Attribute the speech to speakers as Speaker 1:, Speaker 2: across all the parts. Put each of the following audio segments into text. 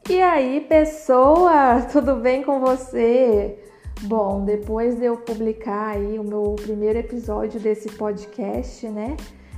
Speaker 1: E aí, pessoa, tudo bem com você? Bom, depois de eu publicar aí o meu primeiro episódio desse podcast, né?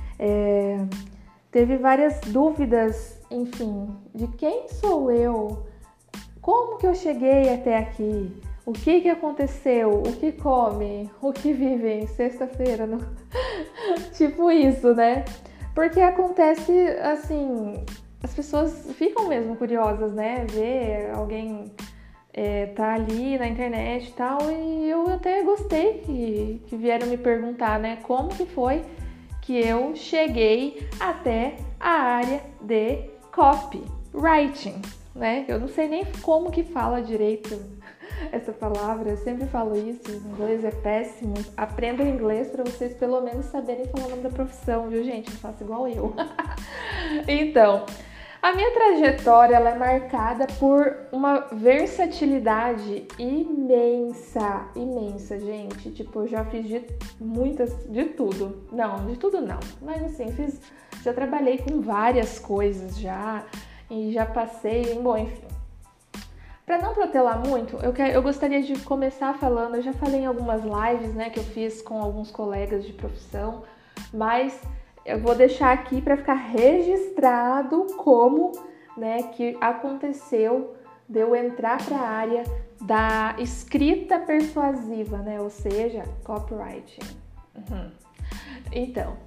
Speaker 1: Teve várias dúvidas, enfim, de quem sou eu? Como que eu cheguei até aqui? O que aconteceu? O que come? O que vive sexta-feira? No... tipo isso, né? Porque acontece assim, as pessoas ficam mesmo curiosas, né? Ver alguém tá ali na internet e tal, e eu até gostei que vieram me perguntar, né? Como que foi que eu cheguei até a área de copywriting, né? Eu não sei nem como que fala direito essa palavra, eu sempre falo isso, o inglês é péssimo. Aprendam inglês para vocês pelo menos saberem falar o nome da profissão, viu, gente? Não faça igual eu. Então, a minha trajetória ela é marcada por uma versatilidade imensa, gente. Tipo, eu já fiz de tudo. Não, de tudo não. Mas assim, já trabalhei com várias coisas já e já passei, bom, enfim. Para não protelar muito, eu gostaria de começar falando, eu já falei em algumas lives, né, que eu fiz com alguns colegas de profissão, mas eu vou deixar aqui para ficar registrado como, né, que aconteceu de eu entrar para a área da escrita persuasiva, né, ou seja, copywriting. Então,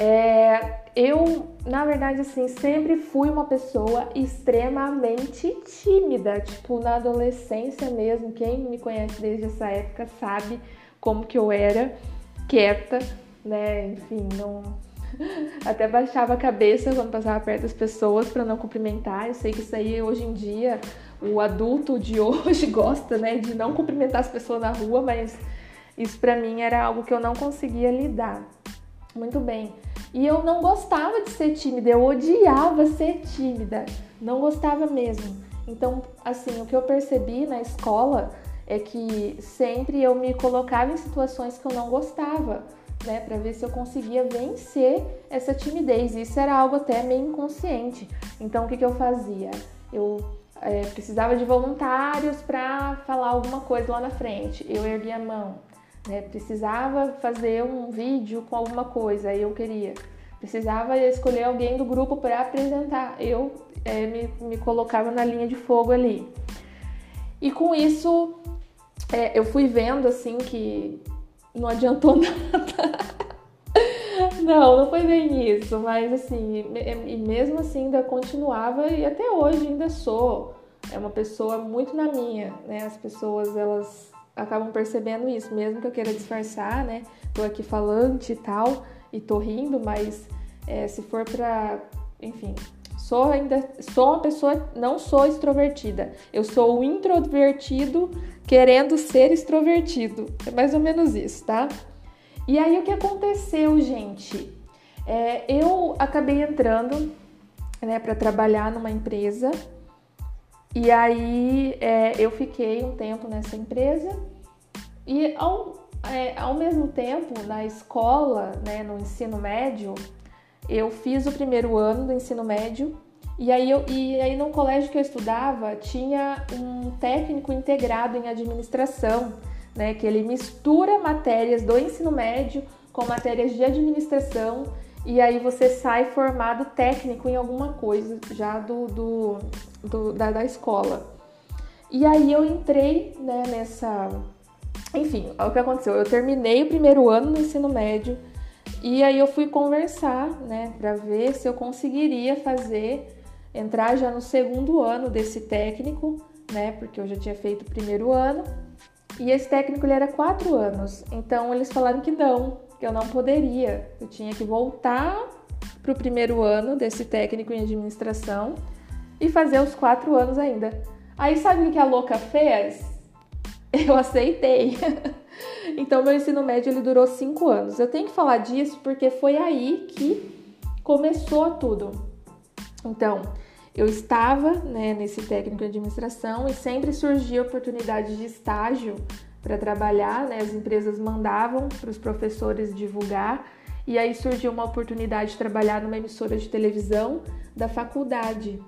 Speaker 1: eu, na verdade, assim, sempre fui uma pessoa extremamente tímida, tipo, na adolescência mesmo, quem me conhece desde essa época sabe como que eu era quieta, né, enfim, não... Até baixava a cabeça quando passava perto das pessoas para não cumprimentar. Eu sei que isso aí, hoje em dia, o adulto de hoje gosta, né, de não cumprimentar as pessoas na rua, mas isso para mim era algo que eu não conseguia lidar muito bem. E eu não gostava de ser tímida, eu odiava ser tímida, não gostava mesmo. Então, assim, o que eu percebi na escola é que sempre eu me colocava em situações que eu não gostava, né, para ver se eu conseguia vencer essa timidez. Isso era algo até meio inconsciente. Então, o que eu fazia? Eu precisava de voluntários para falar alguma coisa lá na frente. Eu erguia a mão. Né? Precisava fazer um vídeo com alguma coisa, eu queria. Precisava escolher alguém do grupo para apresentar. Eu me colocava na linha de fogo ali. E com isso, eu fui vendo assim que não adiantou nada. Não foi bem isso, mas assim, e mesmo assim ainda continuava e até hoje ainda sou uma pessoa muito na minha, né? As pessoas, elas acabam percebendo isso, mesmo que eu queira disfarçar, né? Tô aqui falante e tal, e tô rindo, mas se for pra... Enfim, sou uma pessoa, não sou extrovertida. Eu sou o introvertido querendo ser extrovertido. É mais ou menos isso, tá? E aí, o que aconteceu, gente? Eu acabei entrando, né, pra trabalhar numa empresa. E aí, eu fiquei um tempo nessa empresa e ao mesmo tempo, na escola, né, no ensino médio, eu fiz o primeiro ano do ensino médio e aí no colégio que eu estudava tinha um técnico integrado em administração, né, que ele mistura matérias do ensino médio com matérias de administração e aí você sai formado técnico em alguma coisa já da escola. E aí eu entrei, né, nessa... Enfim, o que aconteceu? Eu terminei o primeiro ano no ensino médio e aí eu fui conversar, né, para ver se eu conseguiria entrar já no segundo ano desse técnico, né, porque eu já tinha feito o primeiro ano e esse técnico ele era 4 anos, então eles falaram que eu não poderia, eu tinha que voltar para o primeiro ano desse técnico em administração e fazer os 4 anos ainda. Aí sabe o que a louca fez? Eu aceitei. Então meu ensino médio ele durou 5 anos. Eu tenho que falar disso porque foi aí que começou tudo. Então, eu estava, né, nesse técnico de administração e sempre surgia oportunidade de estágio para trabalhar, né? As empresas mandavam para os professores divulgar e aí surgiu uma oportunidade de trabalhar numa emissora de televisão da faculdade.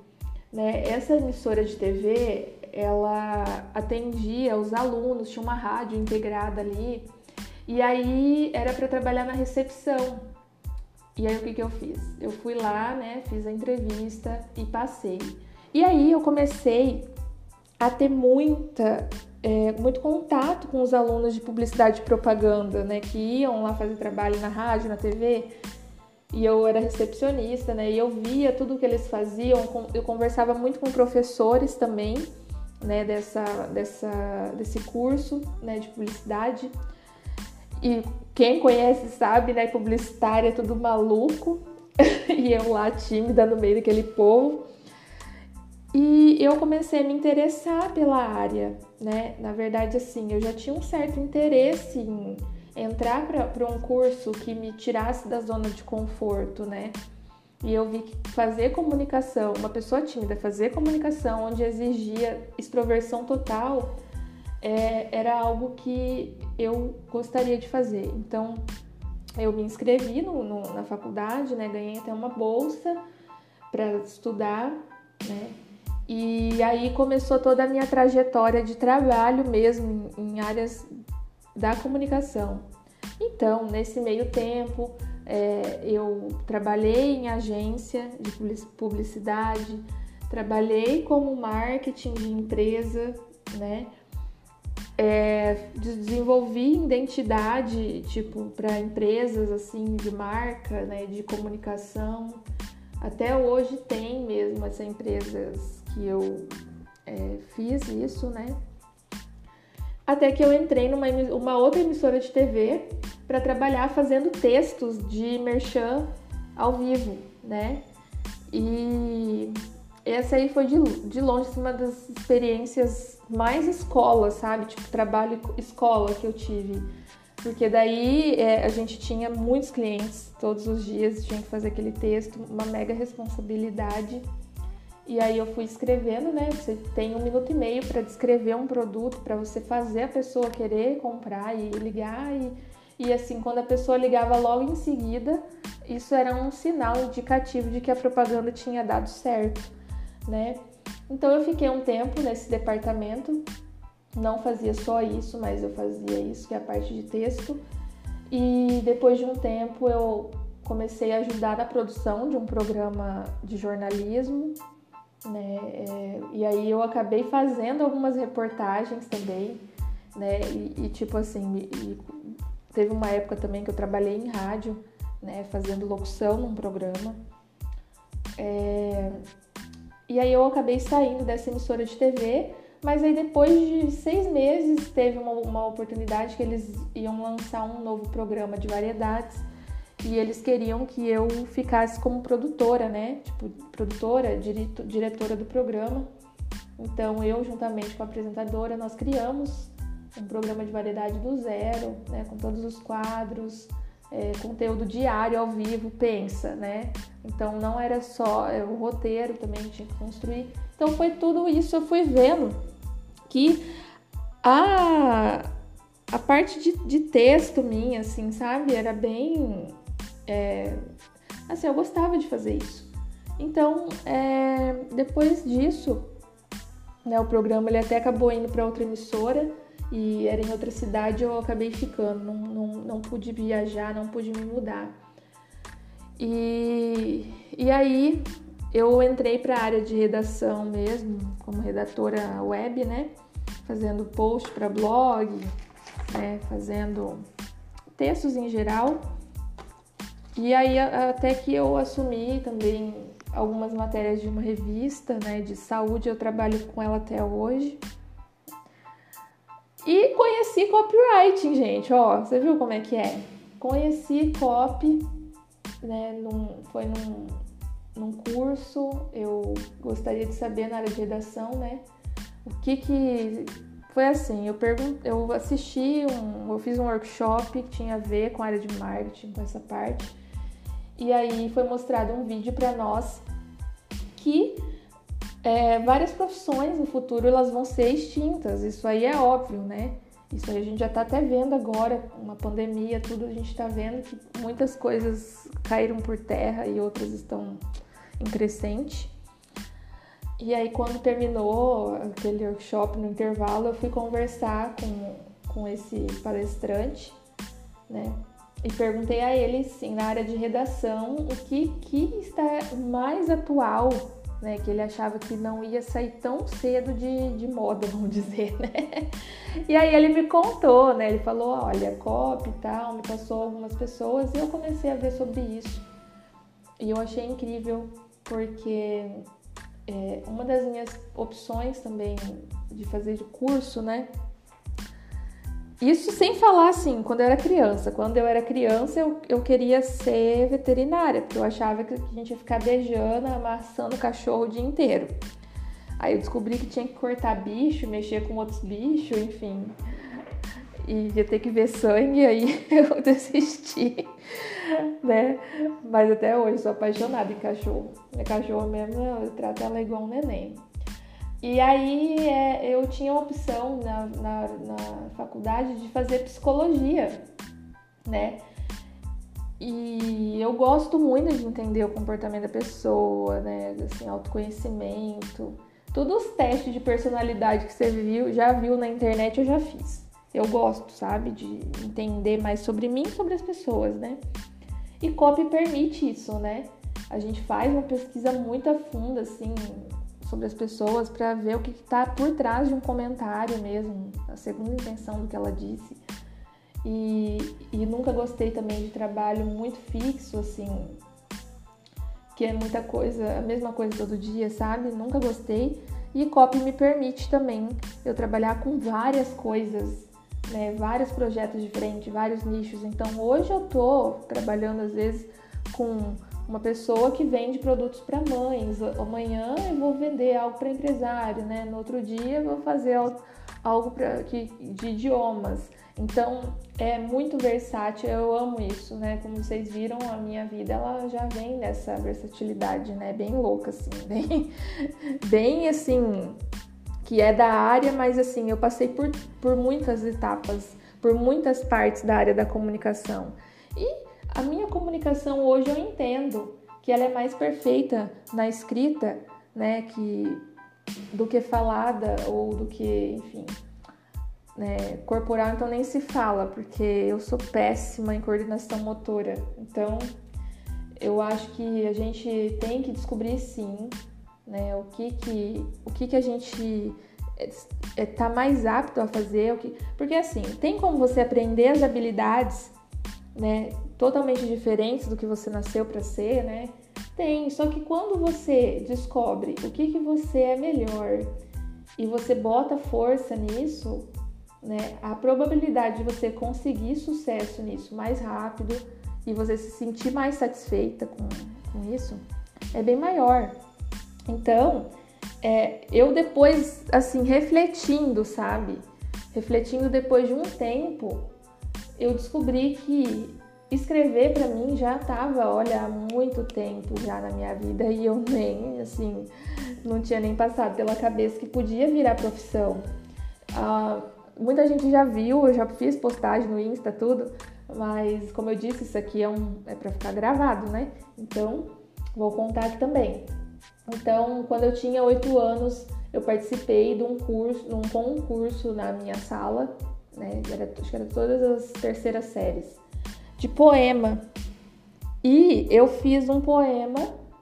Speaker 1: né? Essa emissora de TV, ela atendia os alunos, tinha uma rádio integrada ali, e aí era para trabalhar na recepção. E aí o que eu fiz? Eu fui lá, né, fiz a entrevista e passei. E aí eu comecei a ter muito contato com os alunos de publicidade e propaganda, né, que iam lá fazer trabalho na rádio, na TV, e eu era recepcionista, né, e eu via tudo que eles faziam, eu conversava muito com professores também, né, desse curso, né, de publicidade. E quem conhece sabe, né, publicitária é tudo maluco, e eu lá tímida no meio daquele povo. E eu comecei a me interessar pela área, né? Na verdade, assim, eu já tinha um certo interesse em entrar para um curso que me tirasse da zona de conforto, né? E eu vi que fazer comunicação, uma pessoa tímida fazer comunicação onde exigia extroversão total, era algo que eu gostaria de fazer. Então, eu me inscrevi na faculdade, né? Ganhei até uma bolsa para estudar, né? E aí começou toda a minha trajetória de trabalho mesmo em áreas da comunicação. Então, nesse meio tempo, eu trabalhei em agência de publicidade, trabalhei como marketing de empresa, né? Desenvolvi identidade, tipo, para empresas assim de marca, né? De comunicação. Até hoje tem mesmo essas empresas que eu fiz isso, né? Até que eu entrei numa outra emissora de TV para trabalhar fazendo textos de merchan ao vivo, né? E essa aí foi de longe uma das experiências mais escola, sabe? Tipo, trabalho escola que eu tive. Porque daí a gente tinha muitos clientes todos os dias, tinha que fazer aquele texto, uma mega responsabilidade. E aí eu fui escrevendo, né? Você tem 1 minuto e meio para descrever um produto, para você fazer a pessoa querer comprar e ligar. E assim, quando a pessoa ligava logo em seguida, isso era um sinal indicativo de que a propaganda tinha dado certo, né? Então eu fiquei um tempo nesse departamento, não fazia só isso, mas eu fazia isso, que é a parte de texto. E depois de um tempo eu comecei a ajudar na produção de um programa de jornalismo, né? E aí eu acabei fazendo algumas reportagens também, né? E tipo assim, teve uma época também que eu trabalhei em rádio, né? Fazendo locução num programa. E aí eu acabei saindo dessa emissora de TV, mas aí depois de 6 meses teve uma oportunidade que eles iam lançar um novo programa de variedades. E eles queriam que eu ficasse como produtora, né? Tipo, produtora, diretora do programa. Então, eu, juntamente com a apresentadora, nós criamos um programa de variedade do zero, né? Com todos os quadros, conteúdo diário, ao vivo, pensa, né? Então, não era só o roteiro, também tinha que construir. Então, foi tudo isso, eu fui vendo que a parte de texto minha, assim, sabe? Era bem... assim, eu gostava de fazer isso. Então, depois disso, né, o programa ele até acabou indo para outra emissora e era em outra cidade, eu acabei ficando, não pude viajar, não pude me mudar. E aí eu entrei para a área de redação mesmo, como redatora web, né, fazendo post para blog, né, fazendo textos em geral. E aí até que eu assumi também algumas matérias de uma revista, né, de saúde, eu trabalho com ela até hoje. E conheci copywriting, gente, ó, você viu como é que é? Conheci copy, né, foi num curso, eu gostaria de saber na área de redação, né, o que foi assim, eu assisti, eu fiz um workshop que tinha a ver com a área de marketing, com essa parte. E aí foi mostrado um vídeo para nós que várias profissões no futuro elas vão ser extintas. Isso aí é óbvio, né? Isso aí a gente já está até vendo agora, uma pandemia, tudo a gente está vendo que muitas coisas caíram por terra e outras estão em crescente. E aí, quando terminou aquele workshop no intervalo, eu fui conversar com esse palestrante, né? E perguntei a ele, sim, na área de redação, o que está mais atual, né? Que ele achava que não ia sair tão cedo de moda, vamos dizer, né? E aí ele me contou, né? Ele falou, olha, copy e tal, me passou algumas pessoas e eu comecei a ver sobre isso. E eu achei incrível, porque uma das minhas opções também de fazer de curso, né? Isso sem falar assim, quando eu era criança. Quando eu era criança, eu queria ser veterinária, porque eu achava que a gente ia ficar beijando, amassando o cachorro o dia inteiro. Aí eu descobri que tinha que cortar bicho, mexer com outros bichos, enfim. E ia ter que ver sangue, aí eu desisti, né? Mas até hoje sou apaixonada em cachorro. Minha cachorra mesmo, eu trato ela igual um neném. E aí eu tinha a opção na faculdade de fazer psicologia, né? E eu gosto muito de entender o comportamento da pessoa, né? Assim, autoconhecimento. Todos os testes de personalidade que você já viu na internet, eu já fiz. Eu gosto, sabe? De entender mais sobre mim e sobre as pessoas, né? E copy permite isso, né? A gente faz uma pesquisa muito a fundo, assim, sobre as pessoas para ver o que está por trás de um comentário mesmo, a segunda intenção do que ela disse. E nunca gostei também de trabalho muito fixo, assim, que é muita coisa, a mesma coisa todo dia, sabe? Nunca gostei. E copy me permite também eu trabalhar com várias coisas, né? Vários projetos diferentes, vários nichos. Então hoje eu tô trabalhando às vezes com uma pessoa que vende produtos para mães. Amanhã eu vou vender algo para empresário, né? No outro dia eu vou fazer algo de idiomas. Então é muito versátil, eu amo isso, né? Como vocês viram, a minha vida ela já vem dessa versatilidade, né? Bem louca, assim, bem assim, que é da área, mas assim, eu passei por muitas etapas, por muitas partes da área da comunicação. E a minha comunicação hoje eu entendo que ela é mais perfeita na escrita, né, do que falada ou do que, enfim, né, corporal, então nem se fala, porque eu sou péssima em coordenação motora. Então, eu acho que a gente tem que descobrir, sim, né, o que a gente tá mais apto a fazer, porque assim, tem como você aprender as habilidades, né, totalmente diferentes do que você nasceu para ser, né? Tem, só que quando você descobre o que você é melhor e você bota força nisso, né, a probabilidade de você conseguir sucesso nisso mais rápido e você se sentir mais satisfeita com isso é bem maior. Então, eu depois, assim, refletindo, sabe? Refletindo depois de um tempo, eu descobri que escrever para mim já estava, olha, há muito tempo já na minha vida e eu nem, assim, não tinha nem passado pela cabeça que podia virar profissão. Muita gente já viu, eu já fiz postagem no Insta, tudo, mas como eu disse, isso aqui é para ficar gravado, né? Então, vou contar aqui também. Então, quando eu tinha 8 anos, eu participei de um concurso na minha sala, né? Acho que era todas as terceiras séries, de poema. E eu fiz um poema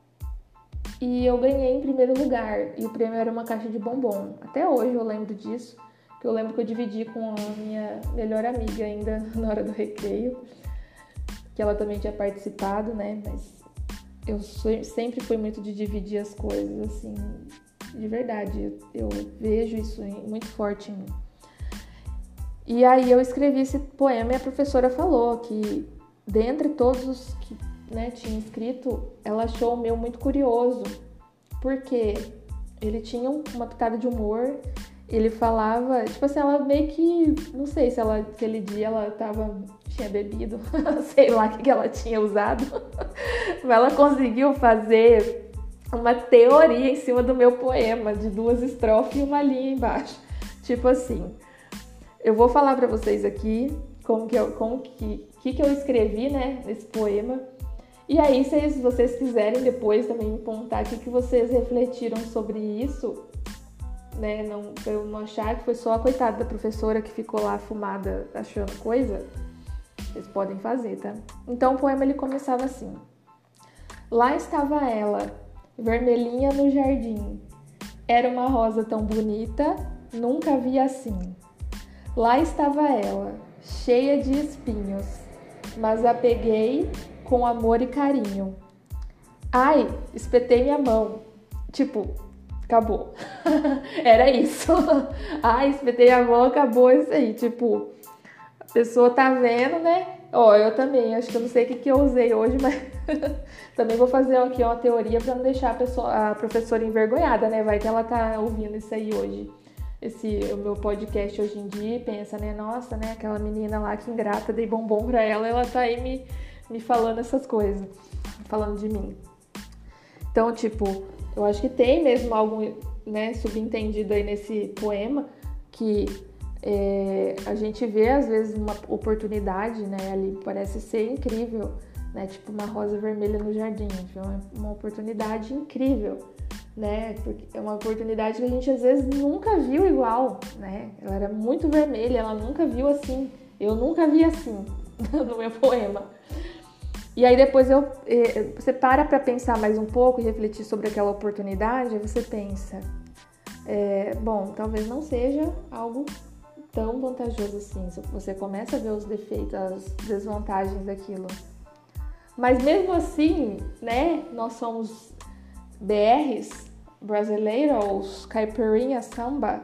Speaker 1: e eu ganhei em primeiro lugar. E o prêmio era uma caixa de bombom. Até hoje eu lembro disso, que eu lembro que eu dividi com a minha melhor amiga ainda na hora do recreio, que ela também tinha participado, né? Mas eu sempre fui muito de dividir as coisas, assim, de verdade. Eu vejo isso muito forte em mim. E aí eu escrevi esse poema e a professora falou que, dentre todos os que, né, tinha escrito, ela achou o meu muito curioso, porque ele tinha uma pitada de humor, ele falava, tipo assim, ela meio que, não sei se aquele dia ela tinha bebido, sei lá o que ela tinha usado, mas ela conseguiu fazer uma teoria em cima do meu poema, de 2 estrofes e uma linha embaixo, tipo assim. Eu vou falar para vocês aqui como que eu escrevi, né, nesse poema. E aí, se vocês quiserem depois também me contar o que vocês refletiram sobre isso, né? Não, pra eu não achar que foi só a coitada da professora que ficou lá fumada achando coisa, vocês podem fazer, tá? Então o poema ele começava assim: lá estava ela, vermelhinha no jardim. Era uma rosa tão bonita, nunca vi assim. Lá estava ela, cheia de espinhos, mas a peguei com amor e carinho. Ai, espetei minha mão. Tipo, acabou. Era isso. Ai, espetei a mão, acabou isso aí. Tipo, a pessoa tá vendo, né? Ó, eu também, acho que eu não sei o que eu usei hoje, mas também vou fazer aqui uma teoria pra não deixar a professora envergonhada, né? Vai que ela tá ouvindo isso aí hoje. O meu podcast hoje em dia e pensa, né? Nossa, né? Aquela menina lá que ingrata, dei bombom pra ela tá aí me falando essas coisas, falando de mim. Então, tipo, eu acho que tem mesmo algo, né, subentendido aí nesse poema que a gente vê às vezes uma oportunidade, né? Ali parece ser incrível, né? Tipo uma rosa vermelha no jardim, uma oportunidade incrível, né? Porque é uma oportunidade que a gente às vezes nunca viu igual, né? Ela era muito vermelha, ela nunca viu assim. Eu nunca vi assim no meu poema. E aí depois você para pensar mais um pouco e refletir sobre aquela oportunidade, aí você pensa, bom, talvez não seja algo tão vantajoso assim. Você começa a ver os defeitos, as desvantagens daquilo. Mas mesmo assim, né, nós somos BRs, brasileiros, caipirinha, samba.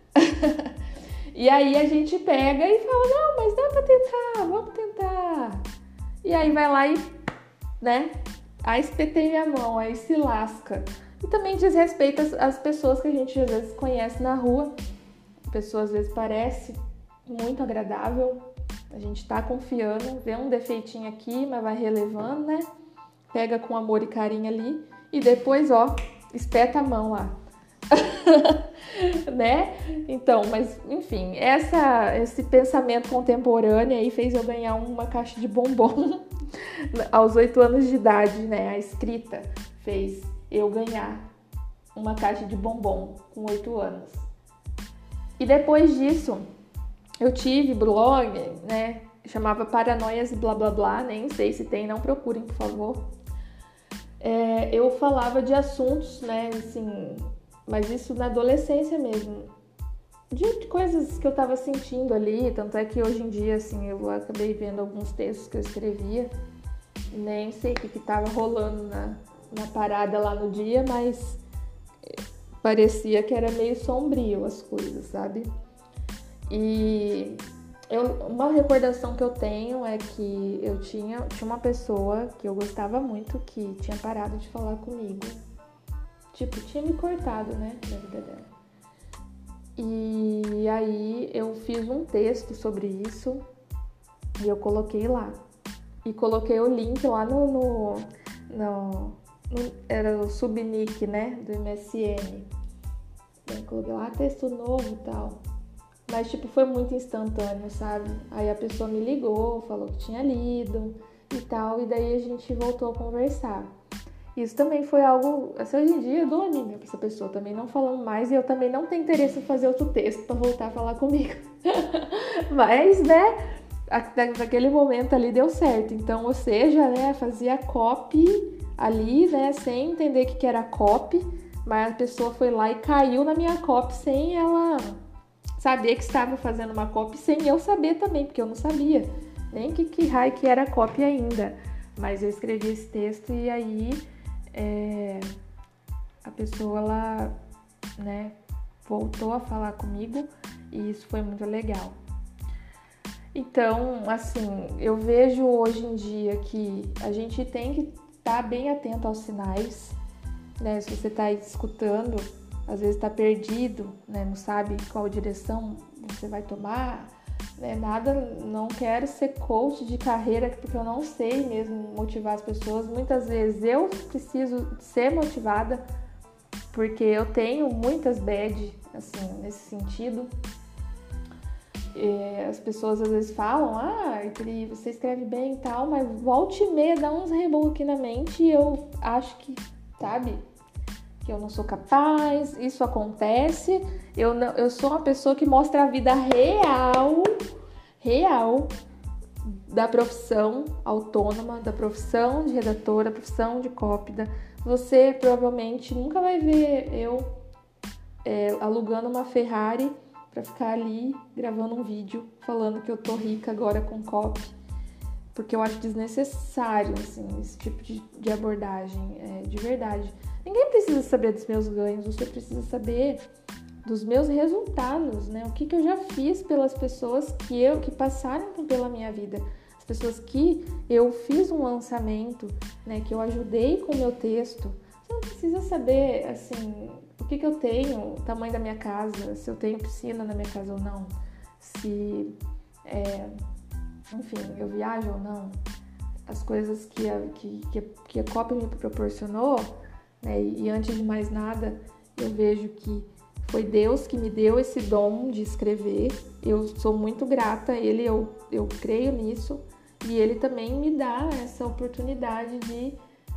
Speaker 1: E aí a gente pega e fala, não, mas dá pra tentar, vamos tentar. E aí vai lá e, né, aí espetei minha mão, aí se lasca. E também diz respeito às pessoas que a gente às vezes conhece na rua. A pessoa às vezes parece muito agradável, a gente tá confiando, vê um defeitinho aqui, mas vai relevando, né? Pega com amor e carinho ali e depois, ó, espeta a mão lá. Né? Então, mas enfim, esse pensamento contemporâneo aí fez eu ganhar uma caixa de bombom aos 8 anos de idade, né? A escrita fez eu ganhar uma caixa de bombom com 8 anos. E depois disso, eu tive blog, né? Chamava Paranoias e blá blá blá, nem sei se tem, não procurem, por favor. Eu falava de assuntos, né? Assim, mas isso na adolescência mesmo, de coisas que eu tava sentindo ali, tanto é que hoje em dia, assim, eu acabei vendo alguns textos que eu escrevia, nem sei o que tava rolando na parada lá no dia, mas parecia que era meio sombrio as coisas, sabe? E uma recordação que eu tenho é que eu tinha uma pessoa que eu gostava muito que tinha parado de falar comigo. Tipo, tinha me cortado, né, da vida dela. E aí eu fiz um texto sobre isso e eu coloquei lá. E coloquei o link lá era o subnick, né, do MSN. Eu coloquei lá texto novo e tal. Mas, tipo, foi muito instantâneo, sabe? Aí a pessoa me ligou, falou que tinha lido e tal. E daí a gente voltou a conversar. Isso também foi algo, assim, hoje em dia eu dou anime pra essa pessoa, também não falamos mais e eu também não tenho interesse em fazer outro texto pra voltar a falar comigo. Mas, né, naquele momento ali deu certo. Então, ou seja, né, fazia copy ali, né, sem entender o que era copy, mas a pessoa foi lá e caiu na minha copy sem ela saber que estava fazendo uma copy, sem eu saber também, porque eu não sabia nem que raio que era copy ainda. Mas eu escrevi esse texto e aí a pessoa, ela, né, voltou a falar comigo e isso foi muito legal. Então, assim, eu vejo hoje em dia que a gente tem que estar bem atento aos sinais, né? Se você está escutando, às vezes está perdido, né? Não sabe qual direção você vai tomar, né? Nada, não quero ser coach de carreira, porque eu não sei mesmo motivar as pessoas. Muitas vezes eu preciso ser motivada, porque eu tenho muitas bad, assim, nesse sentido. as pessoas às vezes falam, Pri, você escreve bem e tal, mas volta e meia dá uns rebolos na mente e eu acho que, sabe, que eu não sou capaz, isso acontece. Eu sou uma pessoa que mostra a vida real da profissão autônoma, da profissão de redatora, da profissão de cópida. Você provavelmente nunca vai ver eu alugando uma Ferrari para ficar ali gravando um vídeo falando que eu tô rica agora com copy, porque eu acho desnecessário, assim, esse tipo de abordagem, de verdade. Ninguém precisa saber dos meus ganhos, você precisa saber dos meus resultados, né? O que eu já fiz pelas pessoas que passaram pela minha vida, as pessoas que eu fiz um lançamento, né? Que eu ajudei com o meu texto. Você não precisa saber, assim, o que eu tenho, o tamanho da minha casa, se eu tenho piscina na minha casa ou não, se, enfim, eu viajo ou não, as coisas que a cópia me proporcionou, né? E antes de mais nada, eu vejo que foi Deus que me deu esse dom de escrever. Eu sou muito grata a Ele, eu creio nisso. E Ele também me dá essa oportunidade de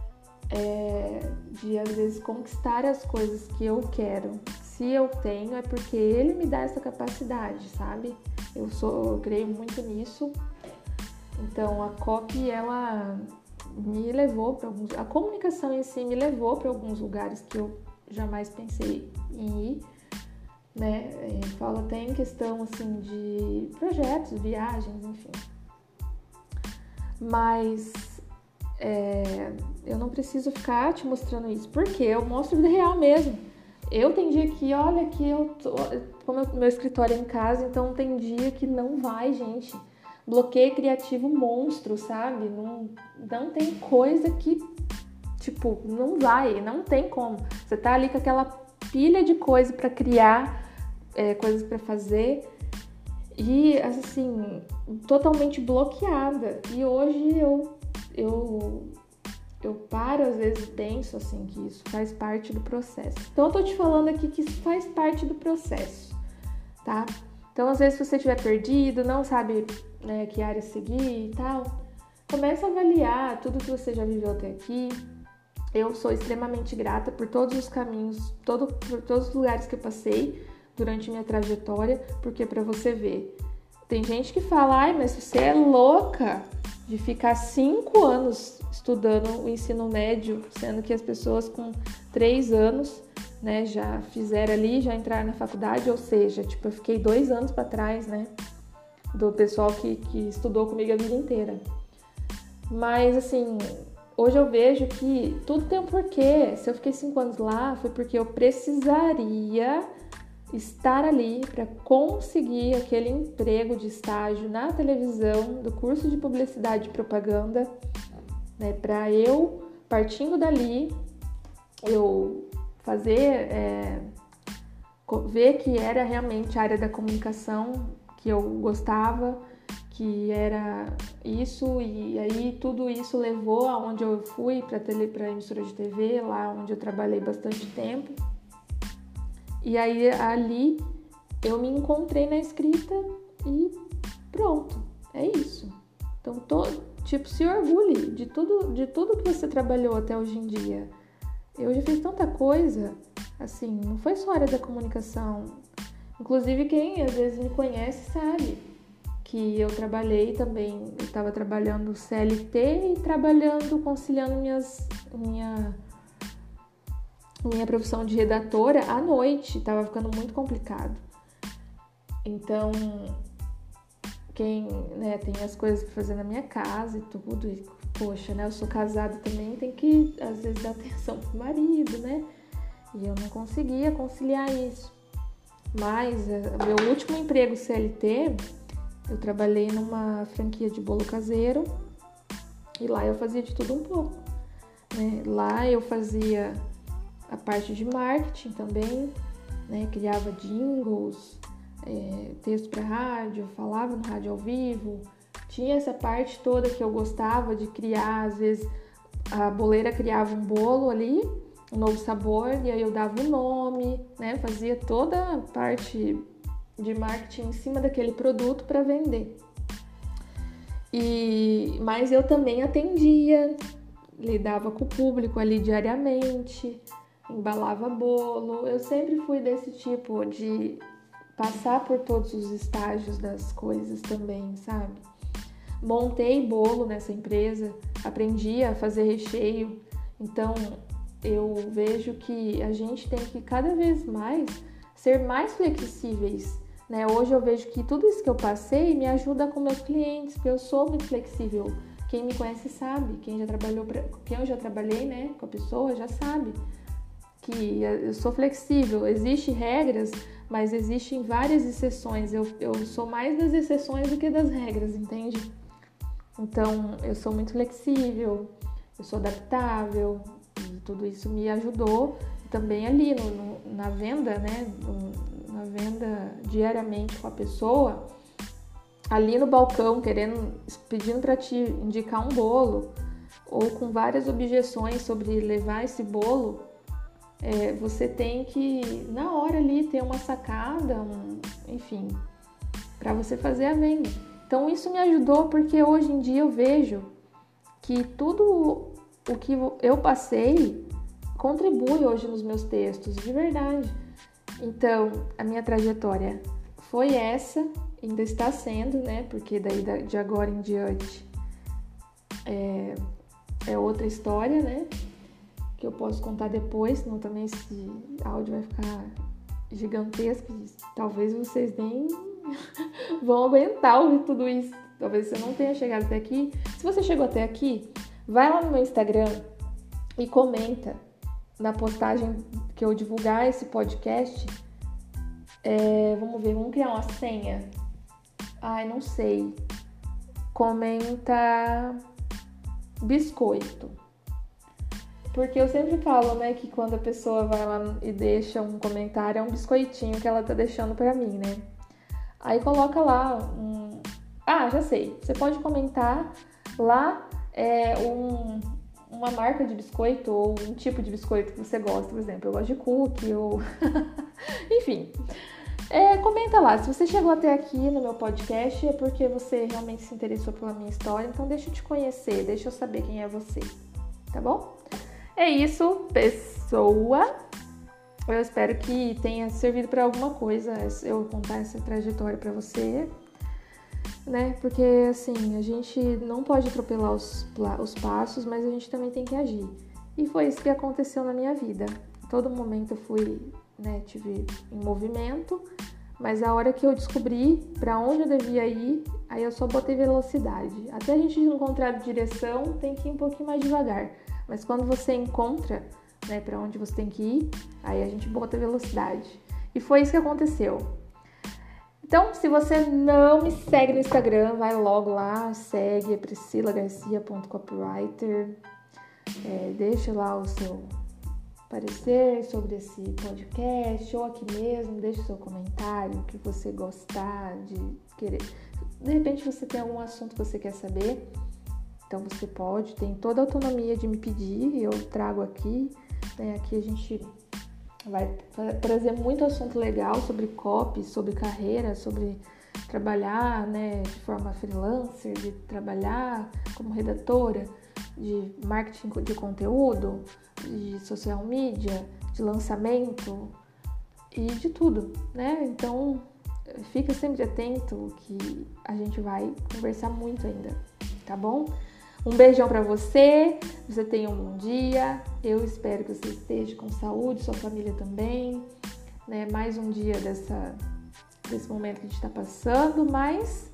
Speaker 1: às vezes, conquistar as coisas que eu quero. Se eu tenho, é porque Ele me dá essa capacidade, sabe? Eu creio muito nisso. Então, a copy, ela me levou para alguns... A comunicação em si me levou para alguns lugares que eu jamais pensei em ir, né? Falo até em questão, assim, de projetos, viagens, enfim. Mas eu não preciso ficar te mostrando isso, porque eu mostro vida real mesmo. Eu tem dia que, olha, que eu tô... Como meu escritório é em casa, então tem dia que não vai, gente. Bloqueio criativo monstro, sabe? Não tem coisa que, tipo, não vai, não tem como. Você tá ali com aquela pilha de coisa pra criar, coisas pra fazer, e, assim, totalmente bloqueada. E hoje eu paro, às vezes penso, assim, que isso faz parte do processo. Então, eu tô te falando aqui que isso faz parte do processo, tá? Então, às vezes, se você estiver perdido, não sabe, né, que área seguir e tal, começa a avaliar tudo que você já viveu até aqui. Eu sou extremamente grata por todos os caminhos, por todos os lugares que eu passei durante minha trajetória, porque para você ver, tem gente que fala, mas você é louca de ficar 5 anos estudando o ensino médio, sendo que as pessoas com 3 anos, né, já fizeram ali, já entraram na faculdade, ou seja, tipo, eu fiquei 2 anos para trás, né, do pessoal que estudou comigo a vida inteira. Mas, assim, hoje eu vejo que tudo tem um porquê. Se eu fiquei 5 anos lá, foi porque eu precisaria estar ali para conseguir aquele emprego de estágio na televisão, do curso de publicidade e propaganda, né, para eu, partindo dali, eu fazer, ver que era realmente a área da comunicação que eu gostava, que era isso, e aí tudo isso levou aonde eu fui para a emissora de TV, lá onde eu trabalhei bastante tempo. E aí ali eu me encontrei na escrita e pronto, é isso. Então, se orgulhe de tudo que você trabalhou até hoje em dia. Eu já fiz tanta coisa, assim, não foi só a área da comunicação. Inclusive, quem às vezes me conhece sabe que eu trabalhei também, eu estava trabalhando CLT e conciliando minha profissão de redatora à noite, estava ficando muito complicado. Então, quem, né, tem as coisas para fazer na minha casa e tudo, e, poxa, né, eu sou casada também, tem que, às vezes, dar atenção pro marido, né? E eu não conseguia conciliar isso. Mas, meu último emprego CLT, eu trabalhei numa franquia de bolo caseiro e lá eu fazia de tudo um pouco, né? Lá eu fazia a parte de marketing também, né? Criava jingles, texto para rádio, falava no rádio ao vivo. Tinha essa parte toda que eu gostava de criar. Às vezes a boleira criava um bolo ali, um novo sabor, e aí eu dava o nome, né? Fazia toda a parte de marketing em cima daquele produto para vender. Mas eu também atendia, lidava com o público ali diariamente, embalava bolo. Eu sempre fui desse tipo de passar por todos os estágios das coisas também, sabe? Montei bolo nessa empresa, aprendi a fazer recheio. Então, eu vejo que a gente tem que cada vez mais ser mais flexíveis, né? Hoje eu vejo que tudo isso que eu passei me ajuda com meus clientes, porque eu sou muito flexível. Quem me conhece sabe, quem eu já trabalhei, né, com a pessoa já sabe que eu sou flexível. Existem regras, mas existem várias exceções. Eu sou mais das exceções do que das regras, entende? Então, eu sou muito flexível, eu sou adaptável, e tudo isso me ajudou também ali na venda, né? Na venda diariamente com a pessoa, ali no balcão, pedindo para te indicar um bolo, ou com várias objeções sobre levar esse bolo, você tem que, na hora ali, ter uma sacada, enfim, para você fazer a venda. Então, isso me ajudou porque hoje em dia eu vejo que tudo o que eu passei contribui hoje nos meus textos, de verdade. Então, a minha trajetória foi essa, ainda está sendo, né? Porque daí de agora em diante é outra história, né? Que eu posso contar depois, senão também esse áudio vai ficar gigantesco. Talvez vocês nem vão aguentar ouvir tudo isso. Talvez você não tenha chegado até aqui. Se você chegou até aqui, vai lá no meu Instagram e comenta na postagem que eu divulgar esse podcast. Vamos ver, vamos criar uma senha. Ai, não sei. Comenta biscoito. Porque eu sempre falo, né, que quando a pessoa vai lá e deixa um comentário, é um biscoitinho que ela tá deixando pra mim, né? Aí coloca lá já sei. Você pode comentar lá uma marca de biscoito ou um tipo de biscoito que você gosta. Por exemplo, eu gosto de cookie ou... Enfim, comenta lá. Se você chegou até aqui no meu podcast, é porque você realmente se interessou pela minha história. Então deixa eu te conhecer, deixa eu saber quem é você, tá bom? É isso, pessoa. Eu espero que tenha servido para alguma coisa eu contar essa trajetória para você, né? Porque, assim, a gente não pode atropelar os passos, mas a gente também tem que agir. E foi isso que aconteceu na minha vida. Todo momento eu fui, né, tive em movimento, mas a hora que eu descobri para onde eu devia ir, aí eu só botei velocidade. Até a gente encontrar direção, tem que ir um pouquinho mais devagar. Mas quando você encontra, né, para onde você tem que ir, aí a gente bota velocidade. E foi isso que aconteceu. Então, se você não me segue no Instagram, vai logo lá, segue priscilagarcia.copywriter. Deixa lá o seu parecer sobre esse podcast, ou aqui mesmo, deixa o seu comentário, o que você gostar de querer. De repente você tem algum assunto que você quer saber, então você tem toda a autonomia de me pedir, eu trago aqui, né? Aqui a gente vai trazer muito assunto legal sobre copy, sobre carreira, sobre trabalhar, né, de forma freelancer, de trabalhar como redatora, de marketing de conteúdo, de social media, de lançamento e de tudo, né? Então, fica sempre atento que a gente vai conversar muito ainda, tá bom? Um beijão pra você tenha um bom dia, eu espero que você esteja com saúde, sua família também, né? Mais um dia desse momento que a gente tá passando, mas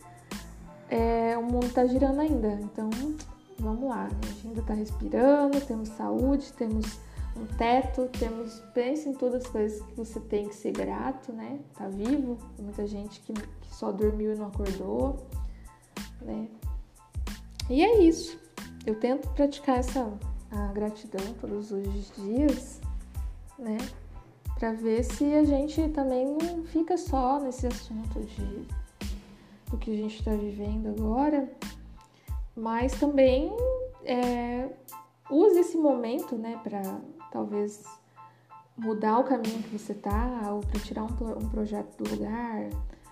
Speaker 1: o mundo tá girando ainda, então vamos lá, a gente ainda tá respirando, temos saúde, temos um teto, pense em todas as coisas que você tem que ser grato, né? Tá vivo, tem muita gente que só dormiu e não acordou, né? E é isso. Eu tento praticar a gratidão todos os dias, né? Pra ver se a gente também não fica só nesse assunto do que a gente tá vivendo agora, mas também use esse momento, né, pra talvez mudar o caminho que você tá, ou pra tirar um projeto do lugar,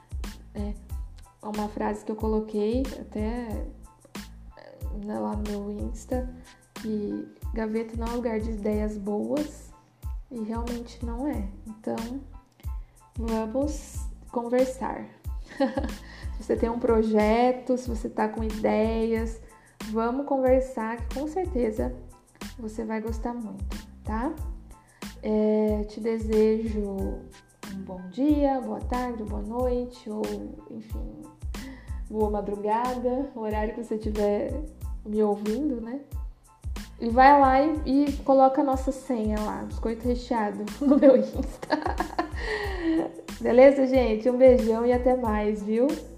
Speaker 1: uma frase que eu coloquei até lá no meu Insta, que gaveta não é lugar de ideias boas, e realmente não é. Então, vamos conversar. Se você tem um projeto, se você tá com ideias, vamos conversar, que com certeza você vai gostar muito, tá? Te desejo um bom dia, boa tarde, boa noite, ou enfim, boa madrugada, o horário que você estiver me ouvindo, né? E vai lá e coloca a nossa senha lá, biscoito recheado, no meu Insta. Beleza, gente? Um beijão e até mais, viu?